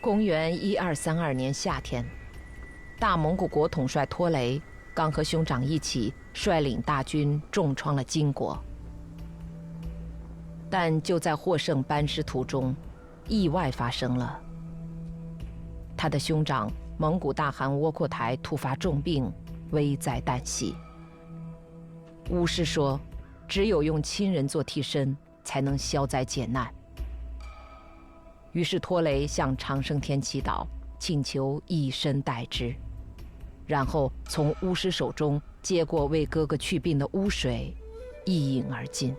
公元1232年夏天，大蒙古国统帅托雷刚和兄长一起率领大军重创了金国，但就在获胜班师途中，意外发生了。他的兄长蒙古大汗窝阔台突发重病，危在旦夕。巫师说，只有用亲人做替身，才能消灾解难。于是托雷向长生天祈祷，请求以身代之，然后从巫师手中接过为哥哥去病的巫水，一饮而尽。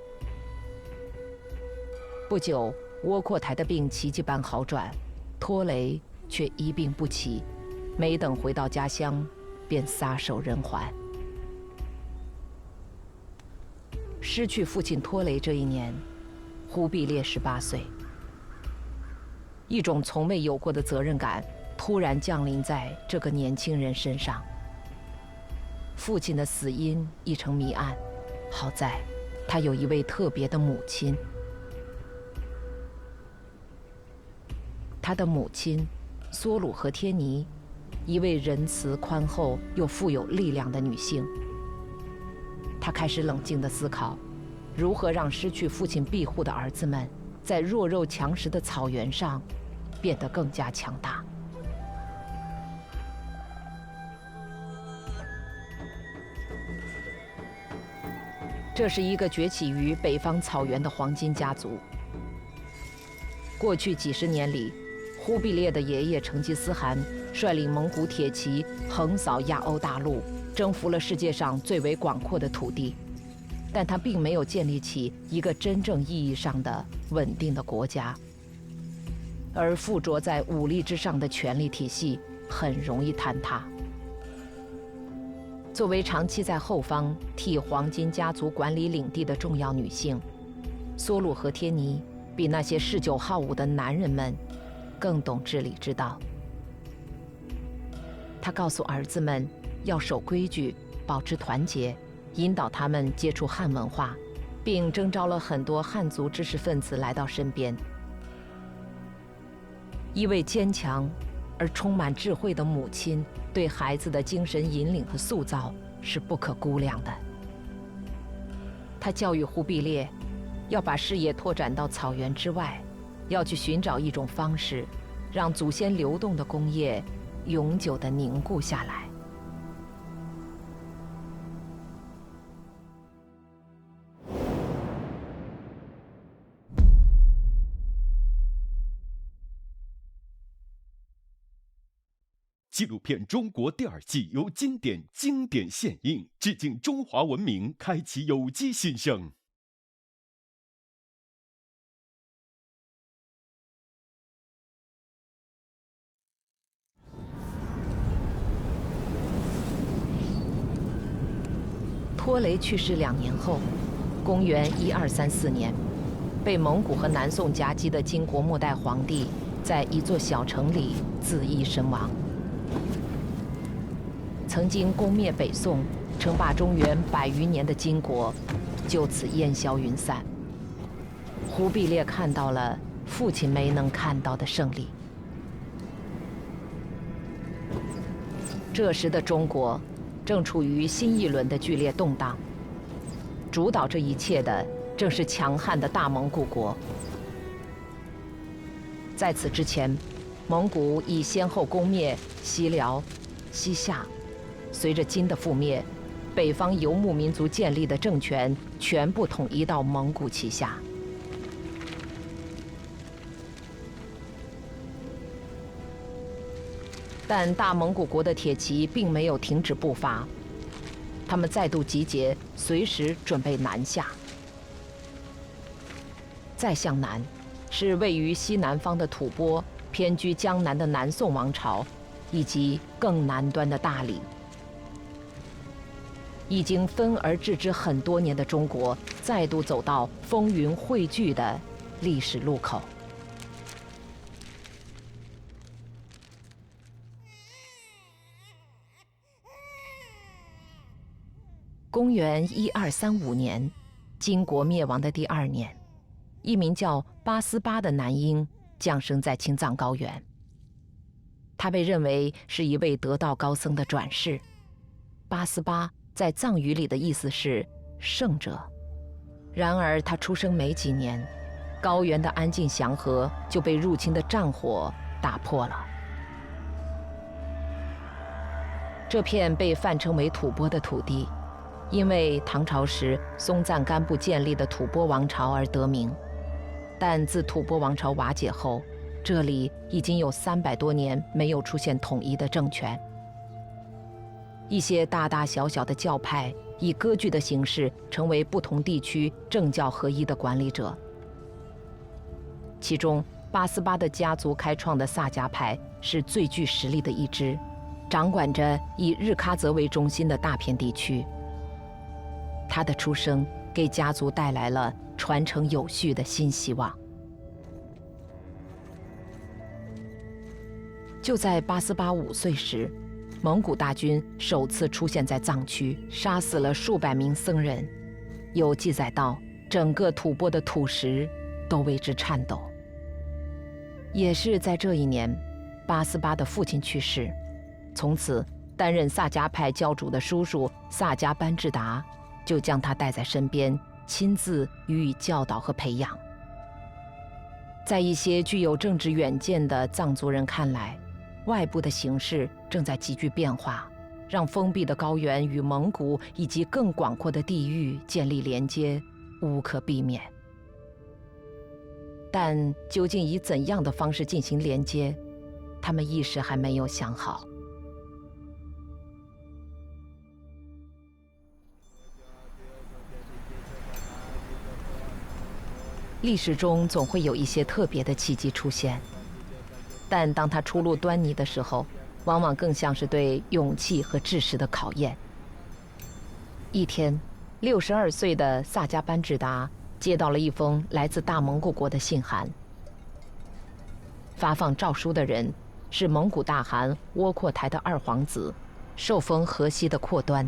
不久，窝阔台的病奇迹般好转，托雷却一病不起，没等回到家乡，便撒手人寰。失去父亲托雷这一年，忽必烈18岁。一种从未有过的责任感突然降临在这个年轻人身上。父亲的死因一成谜案，好在他有一位特别的母亲。他的母亲梭鲁和天尼，一位仁慈宽厚又富有力量的女性。她开始冷静地思考，如何让失去父亲庇护的儿子们在弱肉强食的草原上变得更加强大。这是一个崛起于北方草原的黄金家族。过去几十年里，忽必烈的爷爷成吉思汗率领蒙古铁骑横扫亚欧大陆，征服了世界上最为广阔的土地，但他并没有建立起一个真正意义上的稳定的国家。而附着在武力之上的权力体系很容易坍塌。作为长期在后方替黄金家族管理领地的重要女性，梭鲁和天尼比那些嗜酒好武的男人们更懂治理之道。他告诉儿子们要守规矩，保持团结，引导他们接触汉文化，并征召了很多汉族知识分子来到身边。一位坚强而充满智慧的母亲对孩子的精神引领和塑造是不可估量的。她教育忽必烈要把视野拓展到草原之外，要去寻找一种方式，让祖先流动的工业永久地凝固下来。 纪录片《中国》第2季由经典献映，致敬中华文明，开启有机新生。 托雷去世2年后，公元1234年，被蒙古和南宋夹击的金国末代皇帝在一座小城里自缢身亡。曾经攻灭北宋、称霸中原100余年的金国，就此烟消云散。忽必烈看到了父亲没能看到的胜利。这时的中国正处于新一轮的剧烈动荡，主导这一切的正是强悍的大蒙古国。在此之前，蒙古已先后攻灭西辽、西夏。随着金的覆灭，北方游牧民族建立的政权全部统一到蒙古旗下。但大蒙古国的铁骑并没有停止步伐，他们再度集结，随时准备南下。再向南，是位于西南方的吐蕃，偏居江南的南宋王朝，以及更南端的大理。已经分而治之很多年的中国，再度走到风云汇聚的历史路口。公元1235年，金国灭亡的第2年，一名叫八思巴的男婴降生在青藏高原。 他被认为是一位得道高僧的转世。八思巴在藏语里的意思是圣者。然而他出生没几年，高原的安静祥和就被入侵的战火打破了。这片被泛称为吐蕃的土地，因为唐朝时松赞干布建立的吐蕃王朝而得名。但自吐蕃王朝瓦解后，这里已经有300多年没有出现统一的政权。一些大大小小的教派以割据的形式成为不同地区政教合一的管理者。其中，八思巴的家族开创的萨迦派是最具实力的一支，掌管着以日喀则为中心的大片地区。他的出生给家族带来了传承有序的新希望。就在八思巴5岁时，蒙古大军首次出现在藏区，杀死了数百名僧人。有记载到，整个吐蕃的土石都为之颤抖。也是在这一年，八思巴的父亲去世，从此担任萨迦派教主的叔叔萨迦班智达就将他带在身边，亲自予以教导和培养。在一些具有政治远见的藏族人看来，外部的形势正在急剧变化，让封闭的高原与蒙古以及更广阔的地域建立连接无可避免。但究竟以怎样的方式进行连接，他们一时还没有想好。历史中总会有一些特别的契机出现，但当它初露端倪的时候，往往更像是对勇气和志士的考验。一天，62岁的萨迦班智达接到了一封来自大蒙古国的信函。发放诏书的人是蒙古大汗窝阔台的2皇子，受封河西的阔端。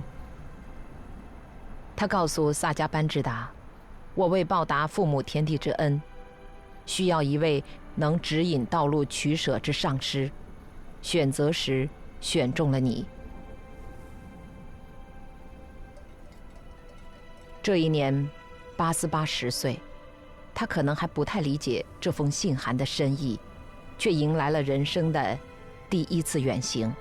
他告诉萨迦班智达，我为报答父母天地之恩，需要一位能指引道路取舍之上师，选择时选中了你。这一年，八思巴10岁，他可能还不太理解这封信函的深意，却迎来了人生的第1次远行。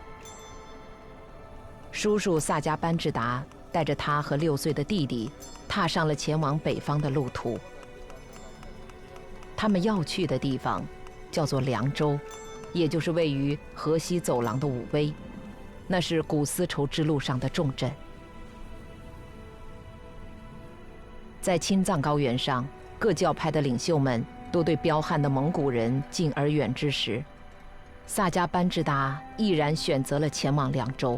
叔叔萨迦班智达带着他和6岁的弟弟，踏上了前往北方的路途。他们要去的地方叫做凉州，也就是位于河西走廊的武威，那是古丝绸之路上的重镇。在青藏高原上，各教派的领袖们都对彪悍的蒙古人敬而远之时，萨迦班智达毅然选择了前往凉州。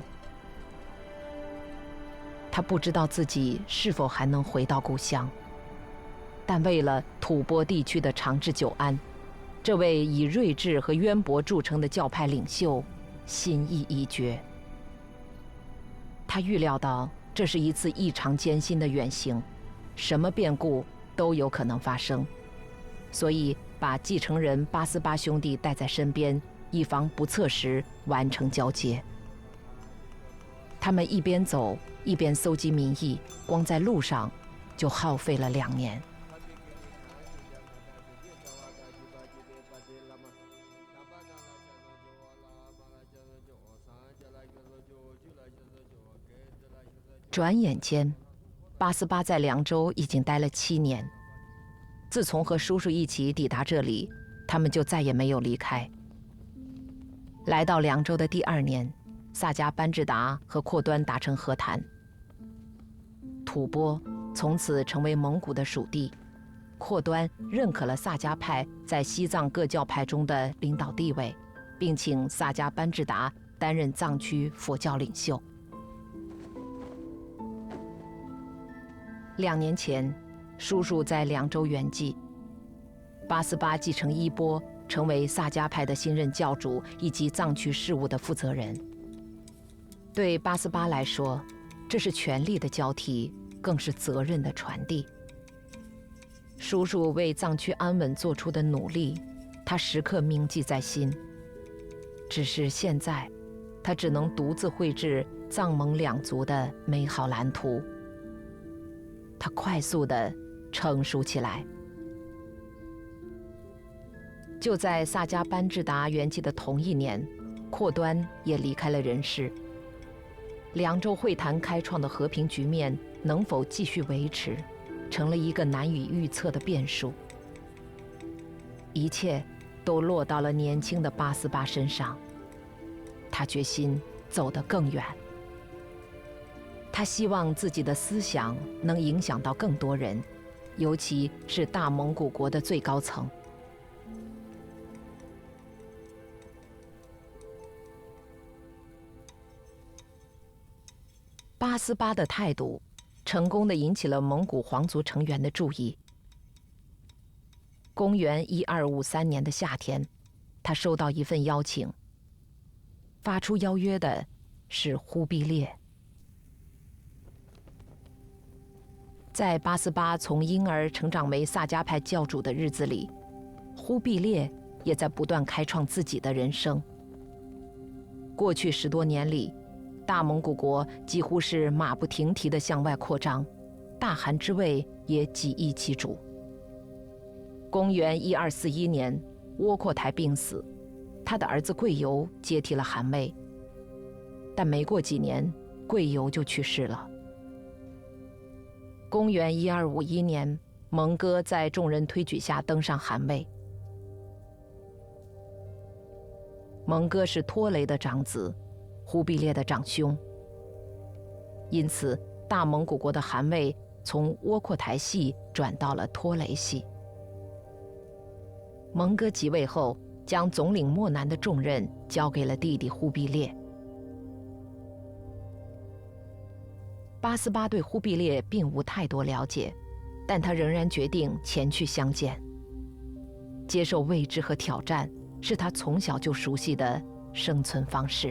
他不知道自己是否还能回到故乡，但为了吐蕃地区的长治久安，这位以睿智和渊博著称的教派领袖心意已决。他预料到这是一次异常艰辛的远行，什么变故都有可能发生，所以把继承人八思巴兄弟带在身边，以防不测时完成交接。他们一边走一边搜集民意，光在路上就耗费了2年。转眼间，八思巴在凉州已经待了7年。自从和叔叔一起抵达这里，他们就再也没有离开。来到凉州的第2年，萨迦班智达和阔端达成和谈，吐蕃从此成为蒙古的属地。阔端认可了萨迦派在西藏各教派中的领导地位，并请萨迦班智达担任藏区佛教领袖。2年前，叔叔在凉州圆寂，八思巴继承衣钵，成为萨迦派的新任教主以及藏区事务的负责人。对八思巴来说，这是权力的交替，更是责任的传递。叔叔为藏区安稳做出的努力，他时刻铭记在心。 只是现在，他只能独自绘制藏蒙两族的美好蓝图。他快速地成熟起来。就在萨迦班智达圆寂的同一年，阔端也离开了人世。凉州会谈开创的和平局面能否继续维持，成了一个难以预测的变数。一切都落到了年轻的八思巴身上。他决心走得更远。他希望自己的思想能影响到更多人，尤其是大蒙古国的最高层。八思巴的态度成功地引起了蒙古皇族成员的注意。公元1253年的夏天，他收到一份邀请。发出邀约的是忽必烈。在八思巴从婴儿成长为萨迦派教主的日子里，忽必烈也在不断开创自己的人生。过去10多年里，大蒙古国几乎是马不停蹄地向外扩张，大汗之位也几易其主。公元1241年，窝阔台病死，他的儿子贵由接替了汗位，但没过几年，贵由就去世了。公元1251年，蒙哥在众人推举下登上汗位。蒙哥是拖雷的长子，忽必烈的长兄，因此大蒙古国的汗位从窝阔台系转到了拖雷系。蒙哥即位后，将总领漠南的重任交给了弟弟忽必烈。八思巴对忽必烈并无太多了解，但他仍然决定前去相见。接受未知和挑战是他从小就熟悉的生存方式。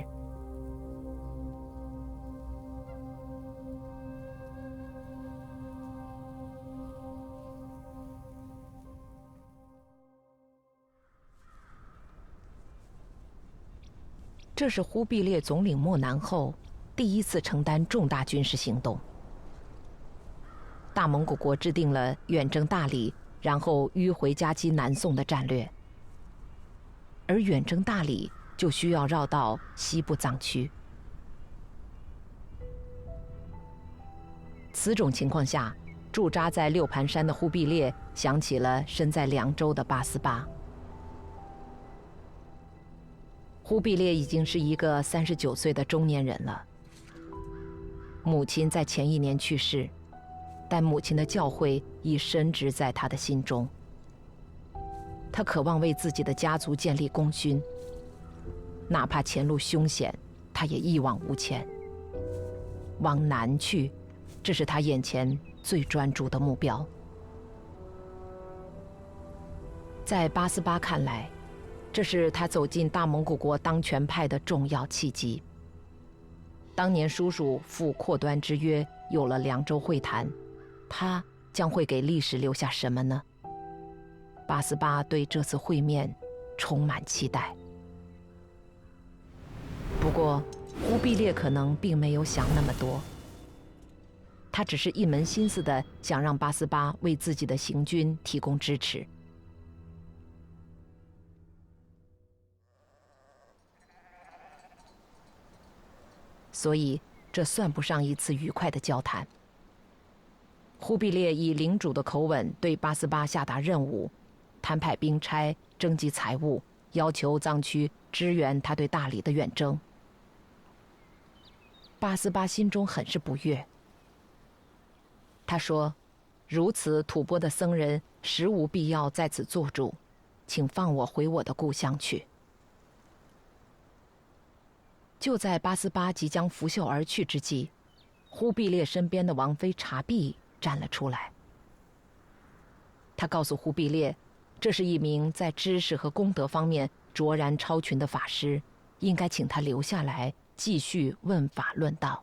这是忽必烈总领漠南后第一次承担重大军事行动。大蒙古国制定了远征大理，然后迂回夹击南宋的战略，而远征大理就需要绕道西部藏区。此种情况下，驻扎在六盘山的忽必烈想起了身在凉州的八思巴。忽必烈已经是一个39岁的中年人了。母亲在前一年去世，但母亲的教诲已深植在他的心中。他渴望为自己的家族建立功勋，哪怕前路凶险，他也一往无前。往南去，这是他眼前最专注的目标。在八思巴看来，这是他走进大蒙古国当权派的重要契机。当年叔叔赴阔端之约，有了凉州会谈，他将会给历史留下什么呢？八思巴对这次会面充满期待。不过，忽必烈可能并没有想那么多，他只是一门心思地想让八思巴为自己的行军提供支持。所以，这算不上一次愉快的交谈。忽必烈以领主的口吻对八思巴下达任务，摊派兵差，征集财物，要求藏区支援他对大理的远征。八思巴心中很是不悦。他说：“如此吐蕃的僧人实无必要在此做主，请放我回我的故乡去。”就在八思巴即将拂袖而去之际，忽必烈身边的王妃察必站了出来。他告诉忽必烈，这是一名在知识和功德方面卓然超群的法师，应该请他留下来继续问法论道。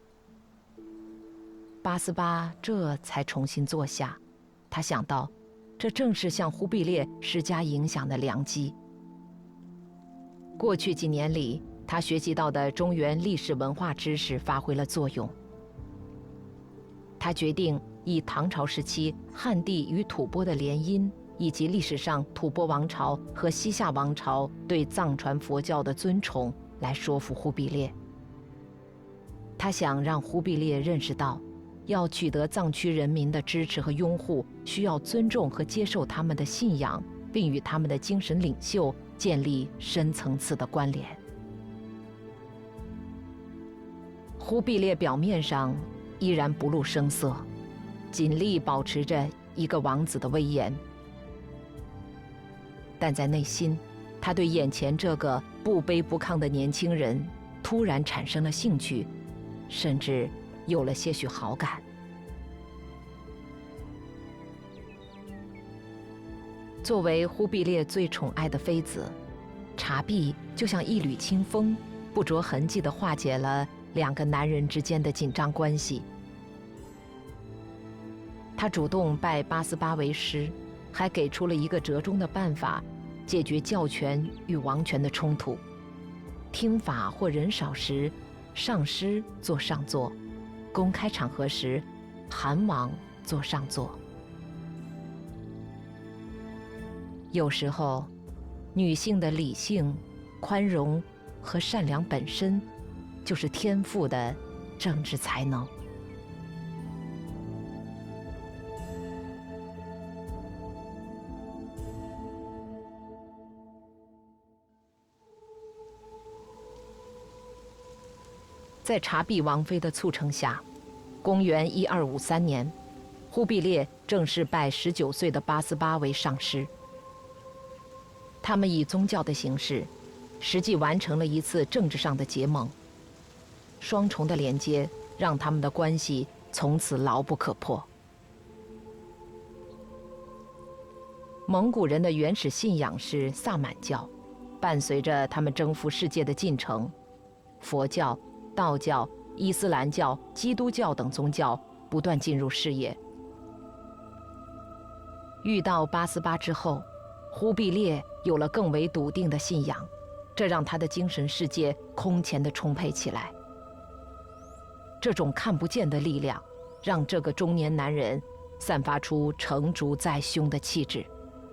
八思巴这才重新坐下，他想到， 这正是向忽必烈施加影响的良机。过去几年里，他学习到的中原历史文化知识发挥了作用。他决定以唐朝时期汉地与吐蕃的联姻，以及历史上吐蕃王朝和西夏王朝对藏传佛教的尊崇来说服忽必烈。他想让忽必烈认识到，要取得藏区人民的支持和拥护，需要尊重和接受他们的信仰，并与他们的精神领袖建立深层次的关联。忽必烈表面上依然不露声色，尽力保持着一个王子的威严，但在内心，他对眼前这个不卑不亢的年轻人突然产生了兴趣，甚至有了些许好感。作为忽必烈最宠爱的妃子，察必就像一缕清风，不着痕迹地化解了两个男人之间的紧张关系。他主动拜八思巴为师，还给出了一个折中的办法，解决教权与王权的冲突。听法或人少时，上师坐上座；公开场合时，韩王坐上座。有时候，女性的理性、宽容和善良本身，就是天赋的政治才能。在察必王妃的促成下，公元1253年，忽必烈正式拜19岁的八思巴为上师。他们以宗教的形式，实际完成了一次政治上的结盟。双重的连接让他们的关系从此牢不可破。蒙古人的原始信仰是萨满教，伴随着他们征服世界的进程，佛教、道教、伊斯兰教、基督教等宗教不断进入视野。遇到八思巴之后，忽必烈有了更为笃定的信仰，这让他的精神世界空前地充沛起来。这种看不见的力量，让这个中年男人散发出成竹在胸的气质。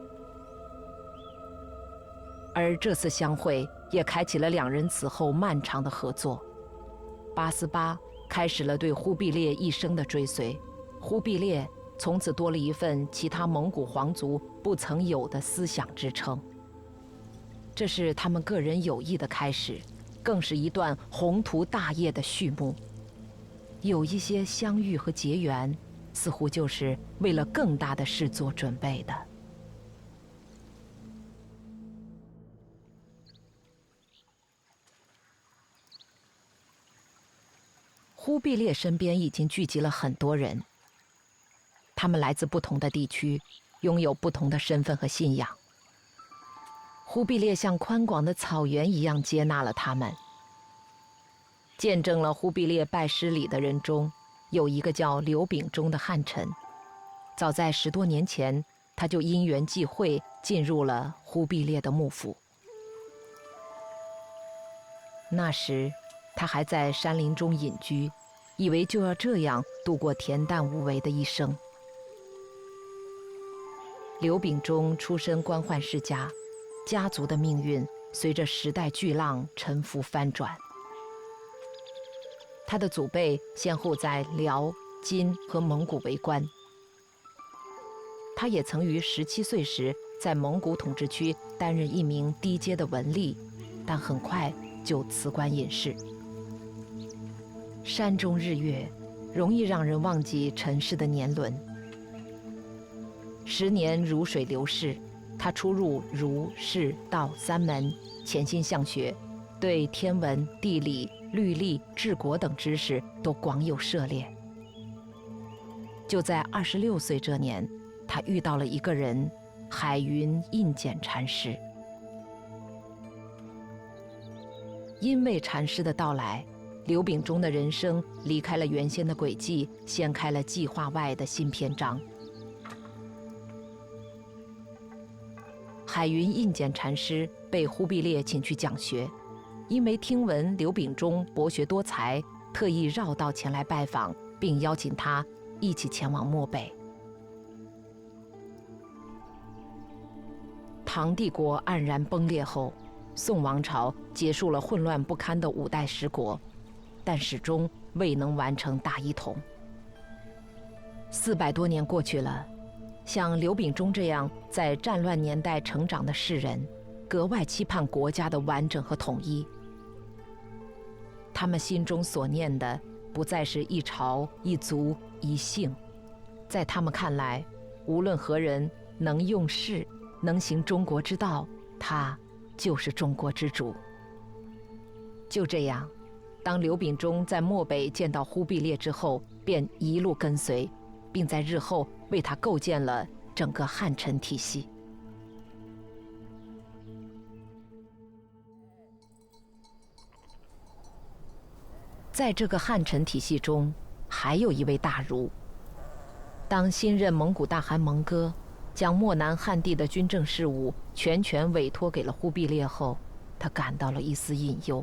而这次相会也开启了两人此后漫长的合作。八思巴开始了对忽必烈一生的追随，忽必烈从此多了一份其他蒙古皇族不曾有的思想支撑。这是他们个人友谊的开始，更是一段宏图大业的序幕。有一些相遇和结缘，似乎就是为了更大的事做准备的。忽必烈身边已经聚集了很多人，他们来自不同的地区，拥有不同的身份和信仰。忽必烈像宽广的草原一样接纳了他们。见证了忽必烈拜师礼的人中，有一个叫刘秉忠的汉臣。早在10多年前，他就因缘际会进入了忽必烈的幕府。那时，他还在山林中隐居，以为就要这样度过恬淡无为的一生。刘秉忠出身官宦世家，家族的命运随着时代巨浪沉浮翻转。他的祖辈先后在辽、金和蒙古为官。他也曾于17岁时在蒙古统治区担任一名低阶的文吏，但很快就辞官隐士。山中日月，容易让人忘记尘世的年轮。10年如水流逝，他出入儒、释、道3门，潜心向学，对天文、地理、律历、治国等知识都广有涉猎。就在26岁这年，他遇到了一个人，海云印简禅师。因为禅师的到来，刘秉忠的人生离开了原先的轨迹，掀开了计划外的新篇章。 海云印简禅师被忽必烈请去讲学，因为听闻刘秉忠博学多才，特意绕道前来拜访，并邀请他一起前往漠北。唐帝国黯然崩裂后，宋王朝结束了混乱不堪的5代十国，但始终未能完成大一统。400多年过去了，像刘秉忠这样在战乱年代成长的士人，格外期盼国家的完整和统一。他们心中所念的不再是一朝一族一姓，在他们看来，无论何人能用事，能行中国之道，他就是中国之主。就这样，当刘秉忠在漠北见到忽必烈之后，便一路跟随，并在日后为他构建了整个汉臣体系。在这个汉臣体系中，还有一位大儒。当新任蒙古大汗蒙哥将漠南汉地的军政事务全权委托给了忽必烈后，他感到了一丝隐忧。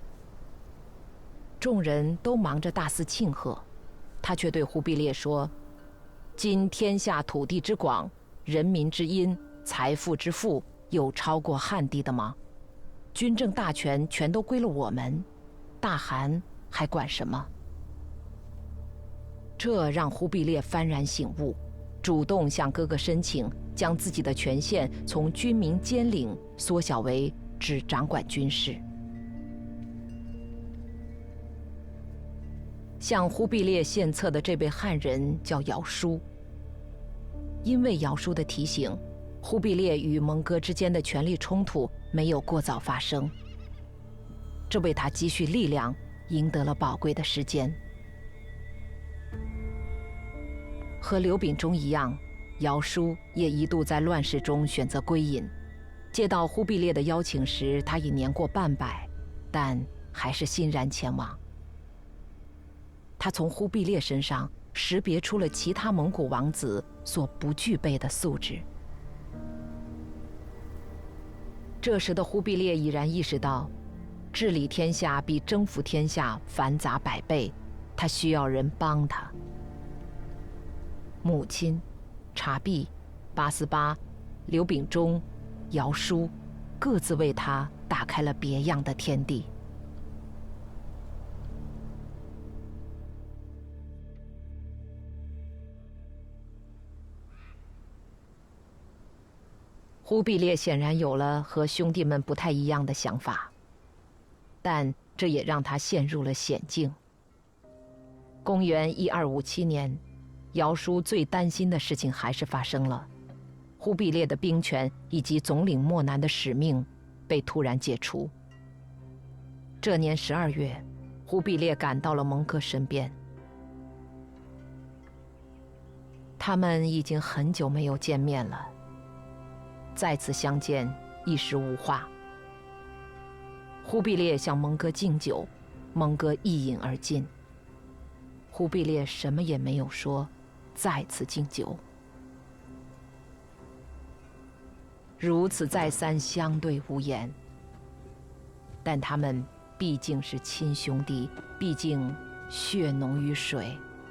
众人都忙着大肆庆贺，他却对忽必烈说：“今天下土地之广，人民之殷，财富之富，有超过汉地的吗？军政大权全都归了我们，大汗还管什么？”这让忽必烈幡然醒悟，主动向哥哥申请，将自己的权限从军民兼领缩小为只掌管军事。向忽必烈献策的这位汉人叫姚舒。因为姚舒的提醒，忽必烈与蒙哥之间的权力冲突没有过早发生，这为他积蓄力量赢得了宝贵的时间。和刘秉忠一样，姚舒也一度在乱世中选择归隐。接到忽必烈的邀请时，他已年过半百，但还是欣然前往。他从忽必烈身上识别出了其他蒙古王子所不具备的素质。这时的忽必烈已然意识到，治理天下比征服天下繁杂100倍，他需要人帮他。母亲、察必、八思巴、刘秉忠、姚舒，各自为他打开了别样的天地。忽必烈显然有了和兄弟们不太一样的想法，但这也让他陷入了险境。公元1257年，姚舒最担心的事情还是发生了，忽必烈的兵权以及总领漠南的使命被突然解除。这年12月，忽必烈赶到了蒙哥身边，他们已经很久没有见面了。再次相见，一时无话。忽必烈向蒙哥敬酒，蒙哥一饮而尽。忽必烈什么也没有说，再次敬酒。如此再三相对无言，但他们毕竟是亲兄弟，毕竟血浓于水。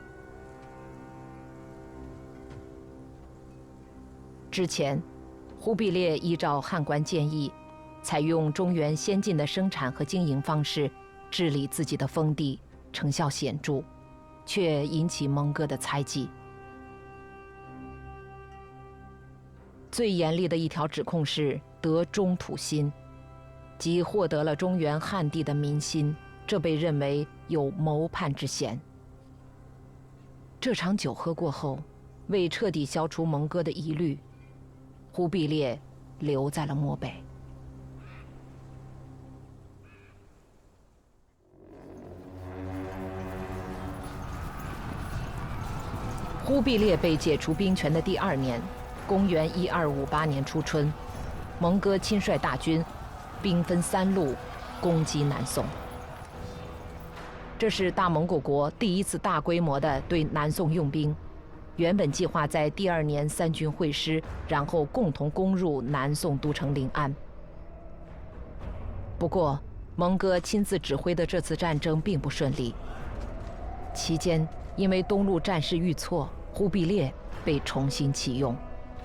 之前，忽必烈依照汉官建议，采用中原先进的生产和经营方式治理自己的封地，成效显著，却引起蒙哥的猜忌。最严厉的一条指控是得中土心，即获得了中原汉地的民心，这被认为有谋叛之嫌。这场酒喝过后，为彻底消除蒙哥的疑虑，忽必烈留在了漠北。忽必烈被解除兵权的第2年，公元1258年初春，蒙哥亲率大军，兵分3路攻击南宋。这是大蒙古国第一次大规模的对南宋用兵， 原本计划在第2年3军会师，然后共同攻入南宋都城临安。不过，蒙哥亲自指挥的这次战争并不顺利。期间，因为东路战事遇挫，忽必烈被重新启用。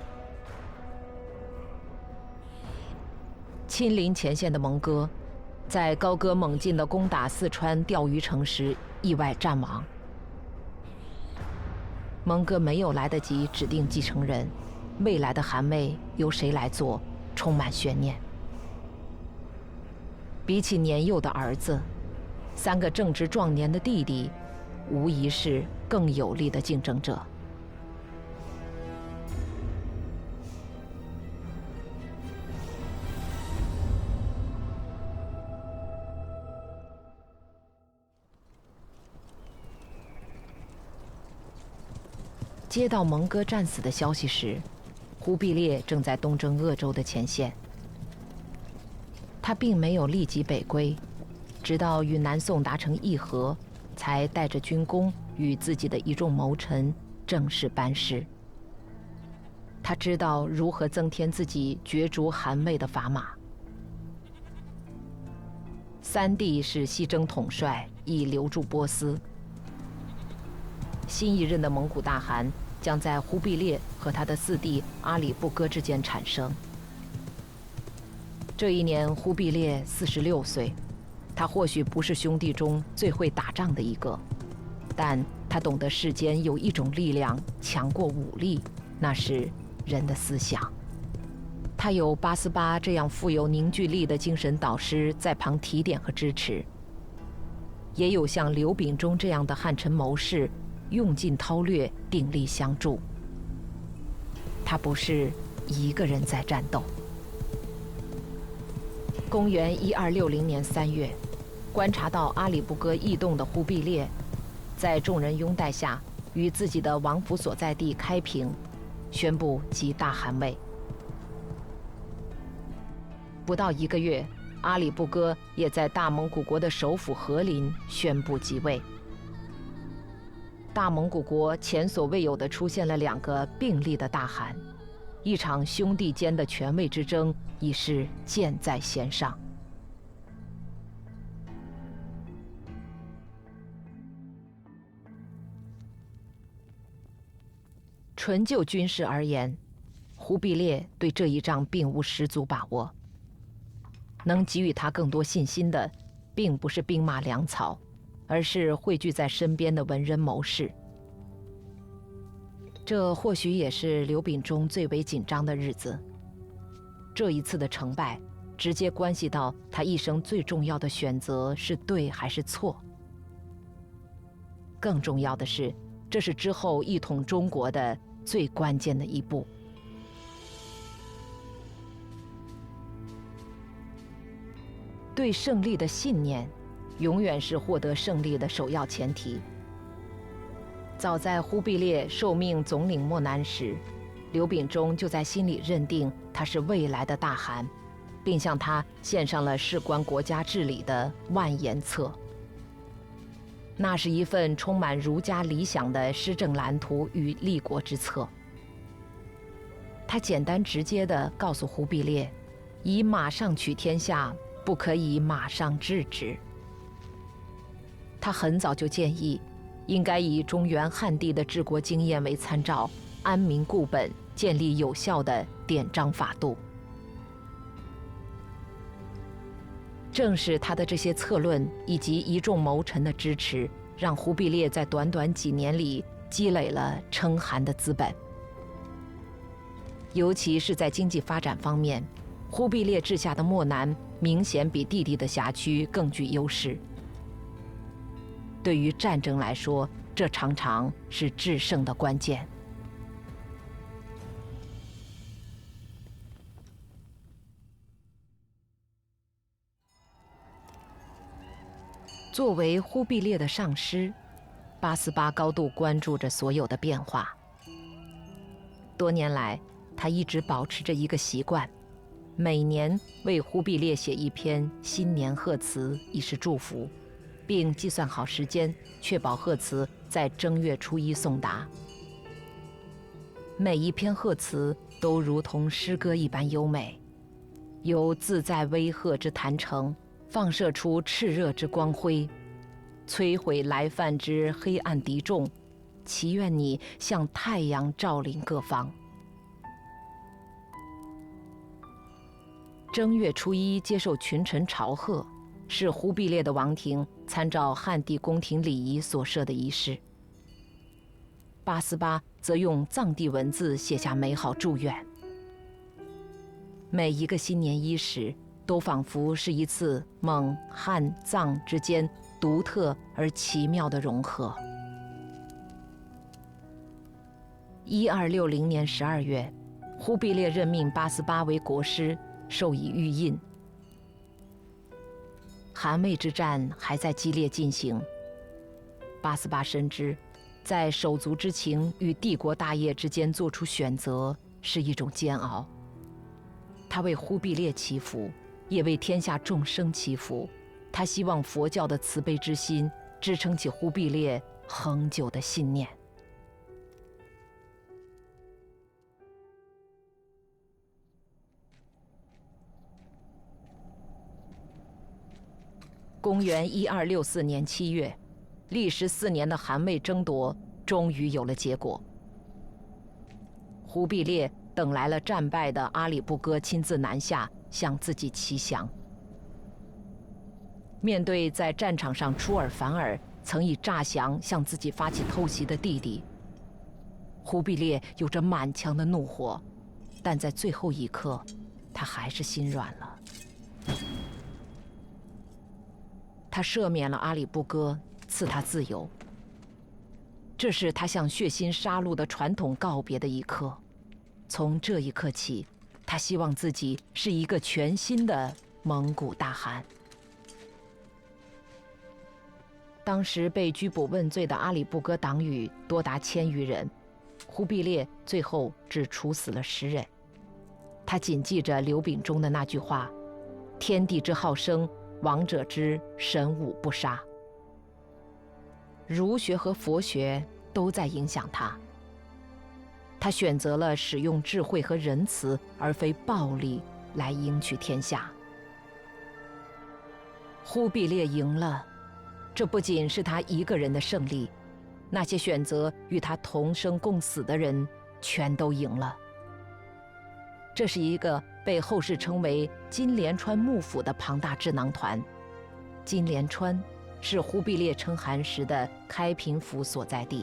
亲临前线的蒙哥，在高歌猛进地攻打四川钓鱼城时意外战亡。蒙哥没有来得及指定继承人，未来的汗位由谁来做，充满悬念。比起年幼的儿子，3个正值壮年的弟弟，无疑是更有力的竞争者。接到蒙哥战死的消息时，忽必烈正在东征鄂州的前线。他并没有立即北归，直到与南宋达成议和，才带着军功与自己的一众谋臣正式班师。他知道如何增添自己角逐汗位的砝码。3弟是西征统帅，已留驻波斯。新一任的蒙古大汗将在忽必烈和他的4弟阿里不哥之间产生。这一年，忽必烈46岁，他或许不是兄弟中最会打仗的一个，但他懂得世间有一种力量强过武力，那是人的思想。他有八思巴这样富有凝聚力的精神导师在旁提点和支持，也有像刘秉忠这样的汉臣谋士用尽韬略，鼎力相助。他不是一个人在战斗。公元1260年3月，观察到阿里不哥异动的忽必烈，在众人拥戴下，于自己的王府所在地开平，宣布即大汗位。不到1个月，阿里不哥也在大蒙古国的首府和林宣布即位。大蒙古国前所未有地出现了2个并立的大汗，一场兄弟间的权位之争已是箭在弦上。纯就军事而言，忽必烈对这一仗并无十足把握。能给予他更多信心的，并不是兵马粮草，而是汇聚在身边的文人谋士。这或许也是刘秉忠最为紧张的日子。这一次的成败，直接关系到他一生最重要的选择是对还是错。更重要的是，这是之后一统中国的最关键的一步。对胜利的信念，永远是获得胜利的首要前提。早在忽必烈受命总领漠南时，刘秉忠就在心里认定他是未来的大汗，并向他献上了事关国家治理的万言册。那是一份充满儒家理想的施政蓝图与立国之策。他简单直接地告诉忽必烈，以马上取天下，不可以马上治之。他很早就建议，应该以中原汉地的治国经验为参照，安民固本，建立有效的典章法度。正是他的这些策论以及一众谋臣的支持，让忽必烈在短短几年里积累了称汗的资本。尤其是在经济发展方面，忽必烈治下的漠南明显比弟弟的辖区更具优势。对于战争来说，这常常是制胜的关键。作为忽必烈的上师，八思巴高度关注着所有的变化。多年来，他一直保持着一个习惯，每年为忽必烈写一篇新年贺词，以示祝福，并计算好时间，确保贺词在正月初1送达。 每一篇贺词都如同诗歌一般优美，有自在威吓之坛城，放射出炽热之光辉，摧毁来犯之黑暗敌众，祈愿你像太阳照临各方。正月初一接受群臣朝贺，是忽必烈的王庭参照汉地宫廷礼仪所设的仪式。八思巴则用藏地文字写下美好祝愿。每一个新年伊始，都仿佛是一次蒙、汉、藏之间独特而奇妙的融合。1260年12月，忽必烈任命八思巴为国师，授以玉印。韩魏之战还在激烈进行，八思巴深知，在手足之情与帝国大业之间做出选择是一种煎熬。他为忽必烈祈福，也为天下众生祈福。他希望佛教的慈悲之心支撑起忽必烈恒久的信念。公元1264年7月，历时4年的韩魏争夺终于有了结果。忽必烈等来了战败的阿里不哥亲自南下，向自己祈降。面对在战场上出尔反尔、曾以诈降向自己发起偷袭的弟弟，忽必烈有着满腔的怒火，但在最后一刻，他还是心软了。他赦免了阿里不哥，赐他自由。这是他向血腥杀戮的传统告别的一刻。从这一刻起，他希望自己是一个全新的蒙古大汗。当时被拘捕问罪的阿里不哥党羽多达1000余人，忽必烈最后只处死了10人。他谨记着刘秉忠的那句话：“天地之好生，王者之神武不杀。”儒学和佛学都在影响他。他选择了使用智慧和仁慈，而非暴力来赢取天下。忽必烈赢了，这不仅是他一个人的胜利，那些选择与他同生共死的人全都赢了。这是一个被后世称为金莲川幕府的庞大智囊团。金莲川是忽必烈称汗时的开平府所在地。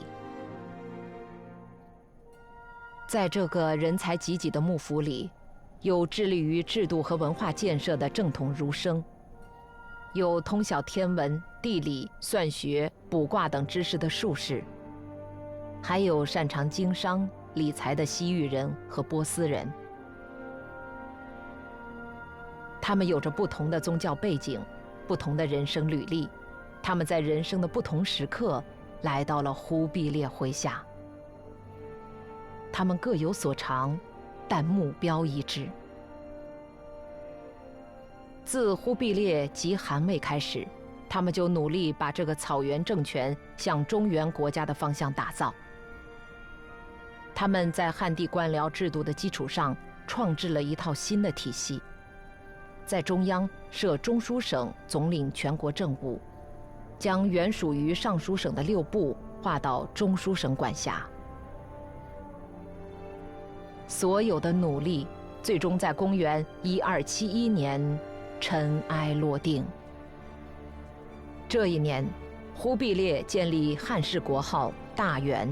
在这个人才济济的幕府里，有致力于制度和文化建设的正统儒生，有通晓天文、地理、算学、卜卦等知识的术士，还有擅长经商、理财的西域人和波斯人。他们有着不同的宗教背景，不同的人生履历，他们在人生的不同时刻来到了忽必烈麾下。他们各有所长，但目标一致。自忽必烈及汗魏开始，他们就努力把这个草原政权向中原国家的方向打造。他们在汉地官僚制度的基础上，创制了一套新的体系。在中央设中书省，总领全国政务，将原属于尚书省的6部划到中书省管辖。所有的努力，最终在公元1271年尘埃落定。这一年，忽必烈建立汉室国号大元。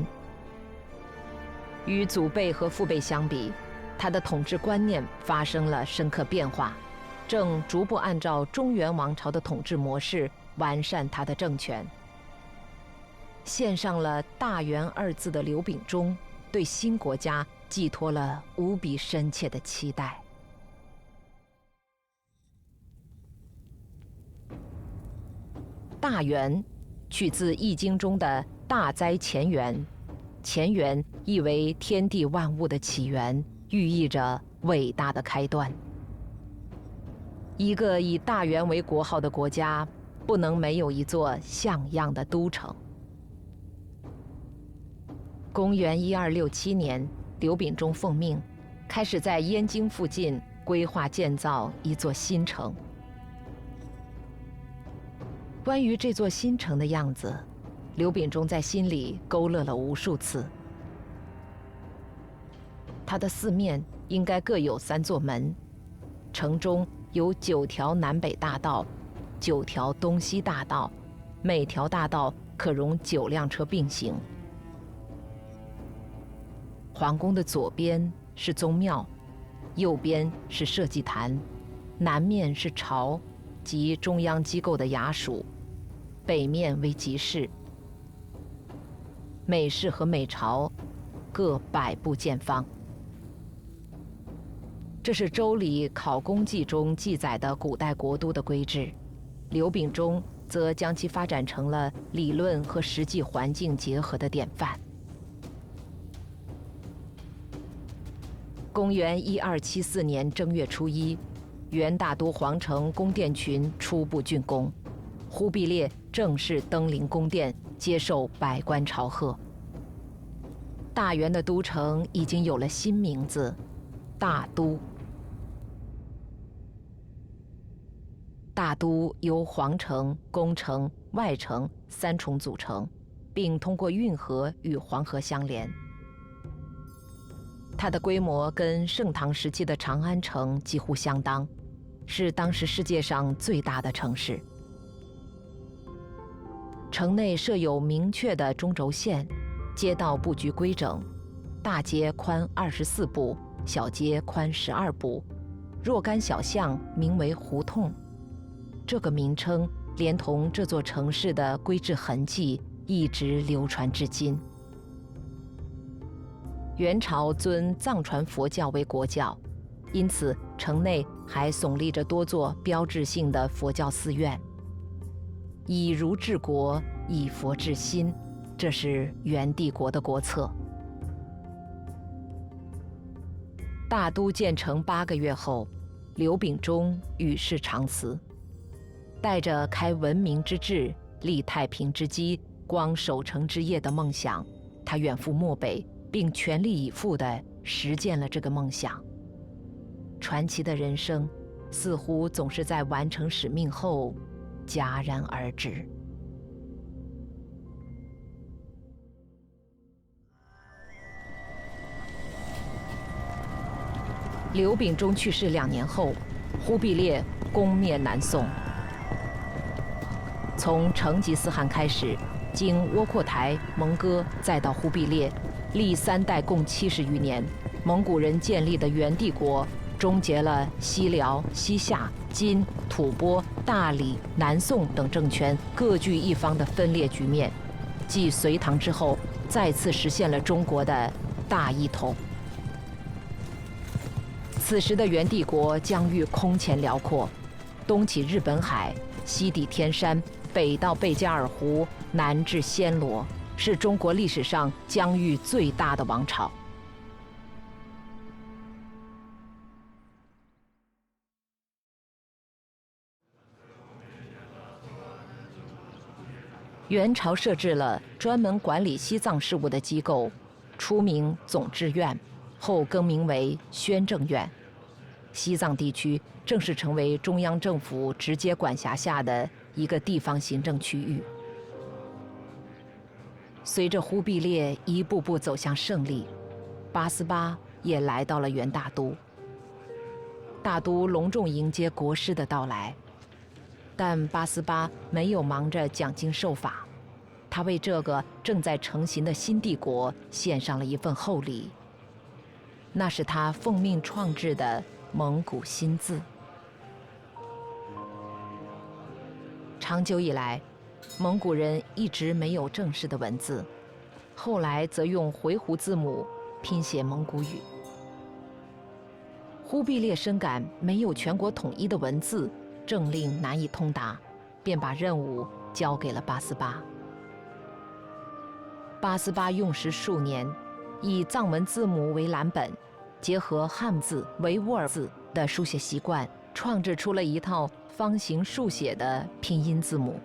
与祖辈和父辈相比，他的统治观念发生了深刻变化，正逐步按照中原王朝的统治模式完善他的政权。献上了大元2字的刘秉忠，对新国家寄托了无比深切的期待。大元取自《易经》中的大灾前元，前元意为天地万物的起源，寓意着伟大的开端。一个以大元为国号的国家，不能没有一座像样的都城。公元1267年， 刘秉忠奉命，开始在燕京附近规划建造一座新城。关于这座新城的样子，刘秉忠在心里勾勒了无数次。它的四面应该各有3座门，城中有9条南北大道，9条东西大道，每条大道可容9辆车并行。皇宫的左边是宗庙，右边是社稷坛，南面是朝及中央机构的衙署，北面为集市。每市和每朝各100步见方。这是《周礼·考工记》中记载的古代国都的规制，刘秉忠则将其发展成了理论和实际环境结合的典范。公元1274年正月初1，元大都皇城宫殿群初步竣工，忽必烈正式登临宫殿，接受百官朝贺。大元的都城已经有了新名字——大都。大都由皇城、宫城、外城3重组成，并通过运河与黄河相连。它的规模跟盛唐时期的长安城几乎相当，是当时世界上最大的城市。城内设有明确的中轴线，街道布局规整，大街宽24步，小街宽12步，若干小巷名为胡同。这个名称连同这座城市的规制痕迹一直流传至今。元朝尊藏传佛教为国教，因此城内还耸立着多座标志性的佛教寺院。以儒治国，以佛治心，这是元帝国的国策。大都建成8个月后，刘秉忠与世长辞，带着开文明之治、立太平之基、光守成之业的梦想，他远赴漠北，并全力以赴地实践了这个梦想。传奇的人生，似乎总是在完成使命后戛然而止。刘秉忠去世2年后，忽必烈攻灭南宋。从成吉思汗开始，经窝阔台、蒙哥，再到忽必烈，历3代共70余年，蒙古人建立的元帝国，终结了西辽、西夏、金、吐蕃、大理、南宋等政权各据一方的分裂局面，继隋唐之后，再次实现了中国的大一统。此时的元帝国疆域空前辽阔，东起日本海，西抵天山，北到贝加尔湖，南至暹罗，是中国历史上疆域最大的王朝。元朝设置了专门管理西藏事务的机构，初名总制院，后更名为宣政院。西藏地区正式成为中央政府直接管辖下的一个地方行政区域。随着忽必烈一步步走向胜利，八思巴也来到了元大都。大都隆重迎接国师的到来，但八思巴没有忙着讲经授法，他为这个正在成型的新帝国献上了一份厚礼，那是他奉命创制的蒙古新字。长久以来，蒙古人一直没有正式的文字，后来则用回鹘字母拼写蒙古语。忽必烈深感没有全国统一的文字，政令难以通达，便把任务交给了八思巴。八思巴用时数年，以藏文字母为蓝本，结合汉字、维吾尔字的书写习惯，创制出了一套方形竖写的拼音字母。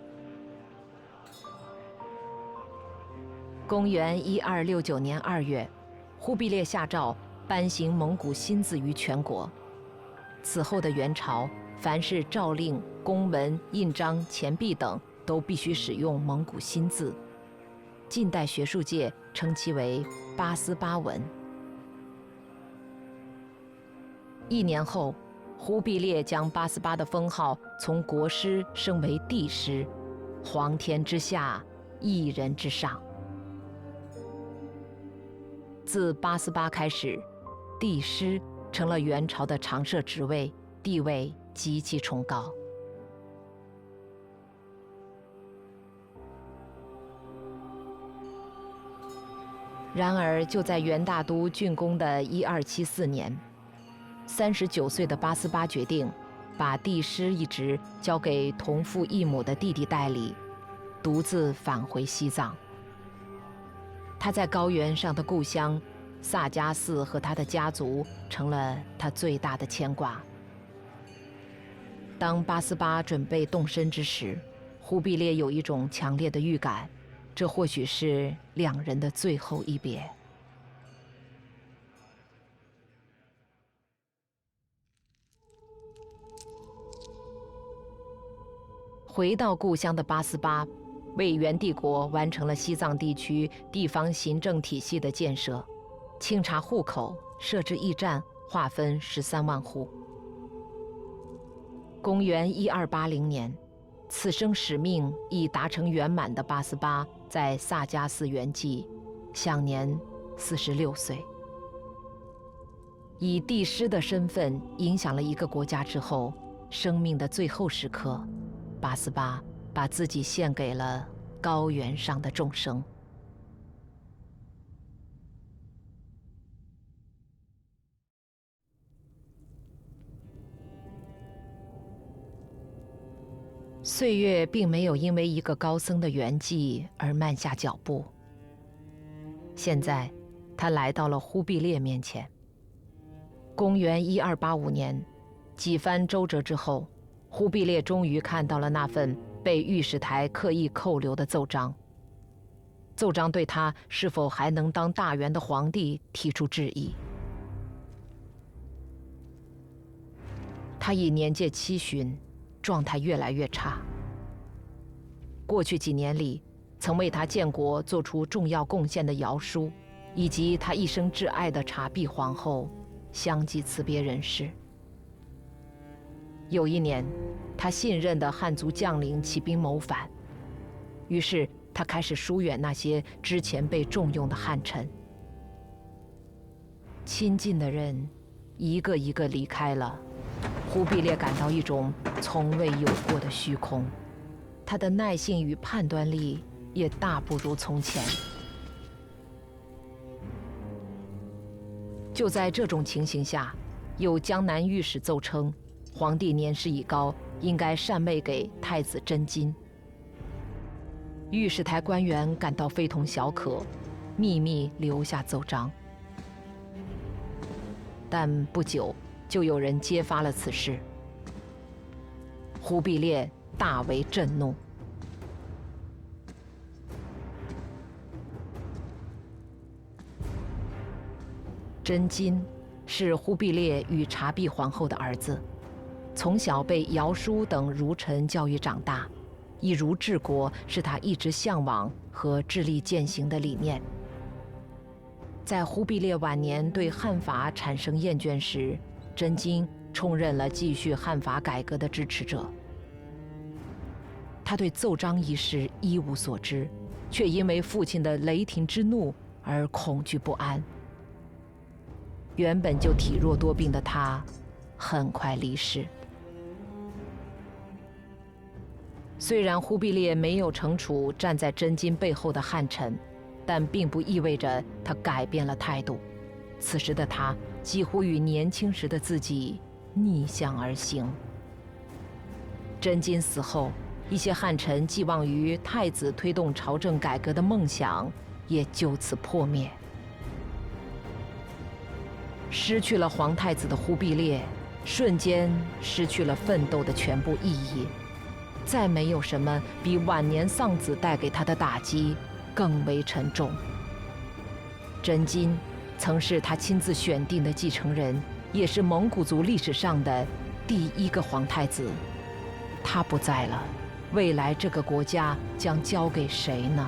公元1269年2月， 忽必烈下诏颁行蒙古新字于全国。此后的元朝，凡是诏令、公文、印章、钱币等，都必须使用蒙古新字。近代学术界称其为八思巴文。1年后，忽必烈将八思巴的封号从国师升为帝师，皇天之下，一人之上。自八思巴开始，帝师成了元朝的常设职位，地位极其崇高。然而，就在元大都竣工的1274年，39岁的八思巴决定把帝师一职交给同父异母的弟弟代理，独自返回西藏。他在高原上的故乡萨迦寺和他的家族成了他最大的牵挂。当八思巴准备动身之时，忽必烈有一种强烈的预感，这或许是两人的最后一别。回到故乡的八思巴，为元帝国完成了西藏地区地方行政体系的建设，清查户口，设置驿站，划分13万户。公元1280年，此生使命已达成圆满的八思巴在萨迦寺圆寂，享年46岁。以帝师的身份影响了一个国家之后，生命的最后时刻，八思巴把自己献给了高原上的众生。岁月并没有因为一个高僧的圆寂而慢下脚步。现在，他来到了忽必烈面前。公元1285年，几番周折之后，忽必烈终于看到了那份被御史台刻意扣留的奏章。奏章对他是否还能当大元的皇帝提出质疑。他已年届70旬，状态越来越差。过去几年里，曾为他建国做出重要贡献的尧叔，以及他一生挚爱的察必皇后，相继辞别人世。有一年，他信任的汉族将领起兵谋反，于是他开始疏远那些之前被重用的汉臣。亲近的人一个一个离开了，忽必烈感到一种从未有过的虚空，他的耐性与判断力也大不如从前。就在这种情形下，有江南御史奏称，皇帝年事已高，应该禅位给太子真金。御史台官员感到非同小可，秘密留下奏章。但不久，就有人揭发了此事。忽必烈大为震怒。真金是忽必烈与察必皇后的儿子，从小被尧叔等儒臣教育长大，以儒治国是他一直向往和致力践行的理念。在忽必烈晚年对汉法产生厌倦时，真金充任了继续汉法改革的支持者。他对奏章一事一无所知，却因为父亲的雷霆之怒而恐惧不安。原本就体弱多病的他，很快离世。虽然忽必烈没有惩处站在真金背后的汉臣，但并不意味着他改变了态度。此时的他几乎与年轻时的自己逆向而行。真金死后，一些汉臣寄望于太子推动朝政改革的梦想也就此破灭。失去了皇太子的忽必烈，瞬间失去了奋斗的全部意义。再没有什么比晚年丧子带给他的打击更为沉重。真金曾是他亲自选定的继承人，也是蒙古族历史上的第一个皇太子。他不在了，未来这个国家将交给谁呢？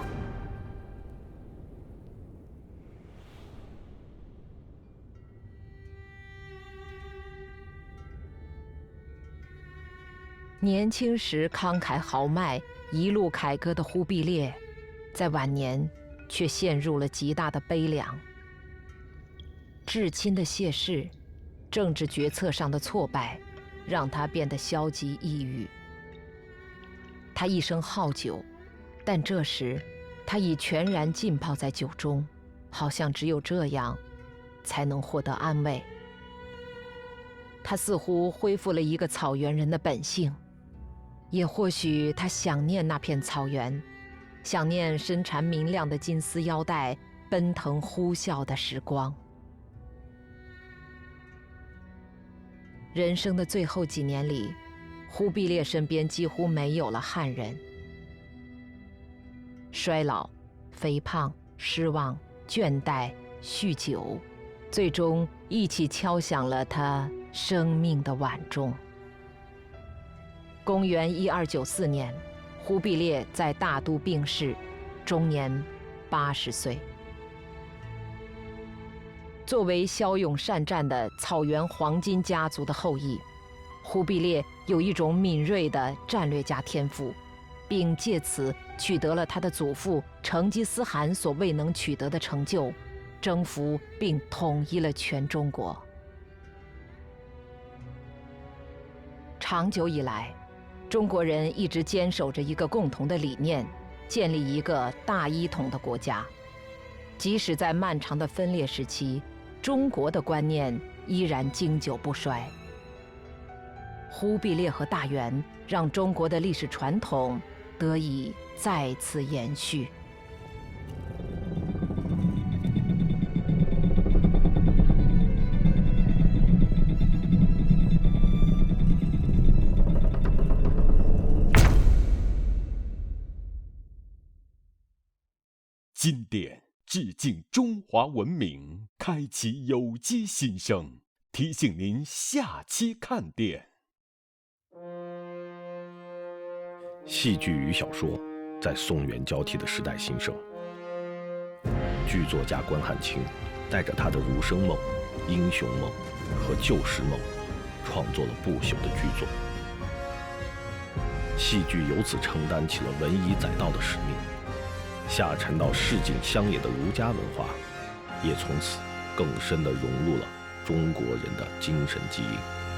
年轻时慷慨豪迈、一路凯歌的忽必烈，在晚年却陷入了极大的悲凉。至亲的谢氏，政治决策上的挫败，让他变得消极抑郁。他一生好酒，但这时他已全然浸泡在酒中，好像只有这样，才能获得安慰。他似乎恢复了一个草原人的本性。也或许他想念那片草原，想念身缠明亮的金丝腰带、奔腾呼啸的时光。人生的最后几年里，忽必烈身边几乎没有了汉人。衰老、肥胖、失望、倦怠、酗酒，最终一起敲响了他生命的晚钟。公元1294年，忽必烈在大都病逝，终年80岁。作为骁勇善战的草原黄金家族的后裔，忽必烈有一种敏锐的战略家天赋，并借此取得了他的祖父成吉思汗所未能取得的成就，征服并统一了全中国。长久以来，中国人一直坚守着一个共同的理念，建立一个大一统的国家。即使在漫长的分裂时期，中国的观念依然经久不衰。忽必烈和大元让中国的历史传统得以再次延续。 经典致敬中华文明，开启有机新生，提醒您下期看点。 戏剧与小说在宋元交替的时代兴盛，剧作家关汉卿带着他的儒生梦、英雄梦和旧时梦，创作了不朽的剧作。戏剧由此承担起了文以载道的使命，下沉到市井乡野的儒家文化，也从此更深地融入了中国人的精神基因。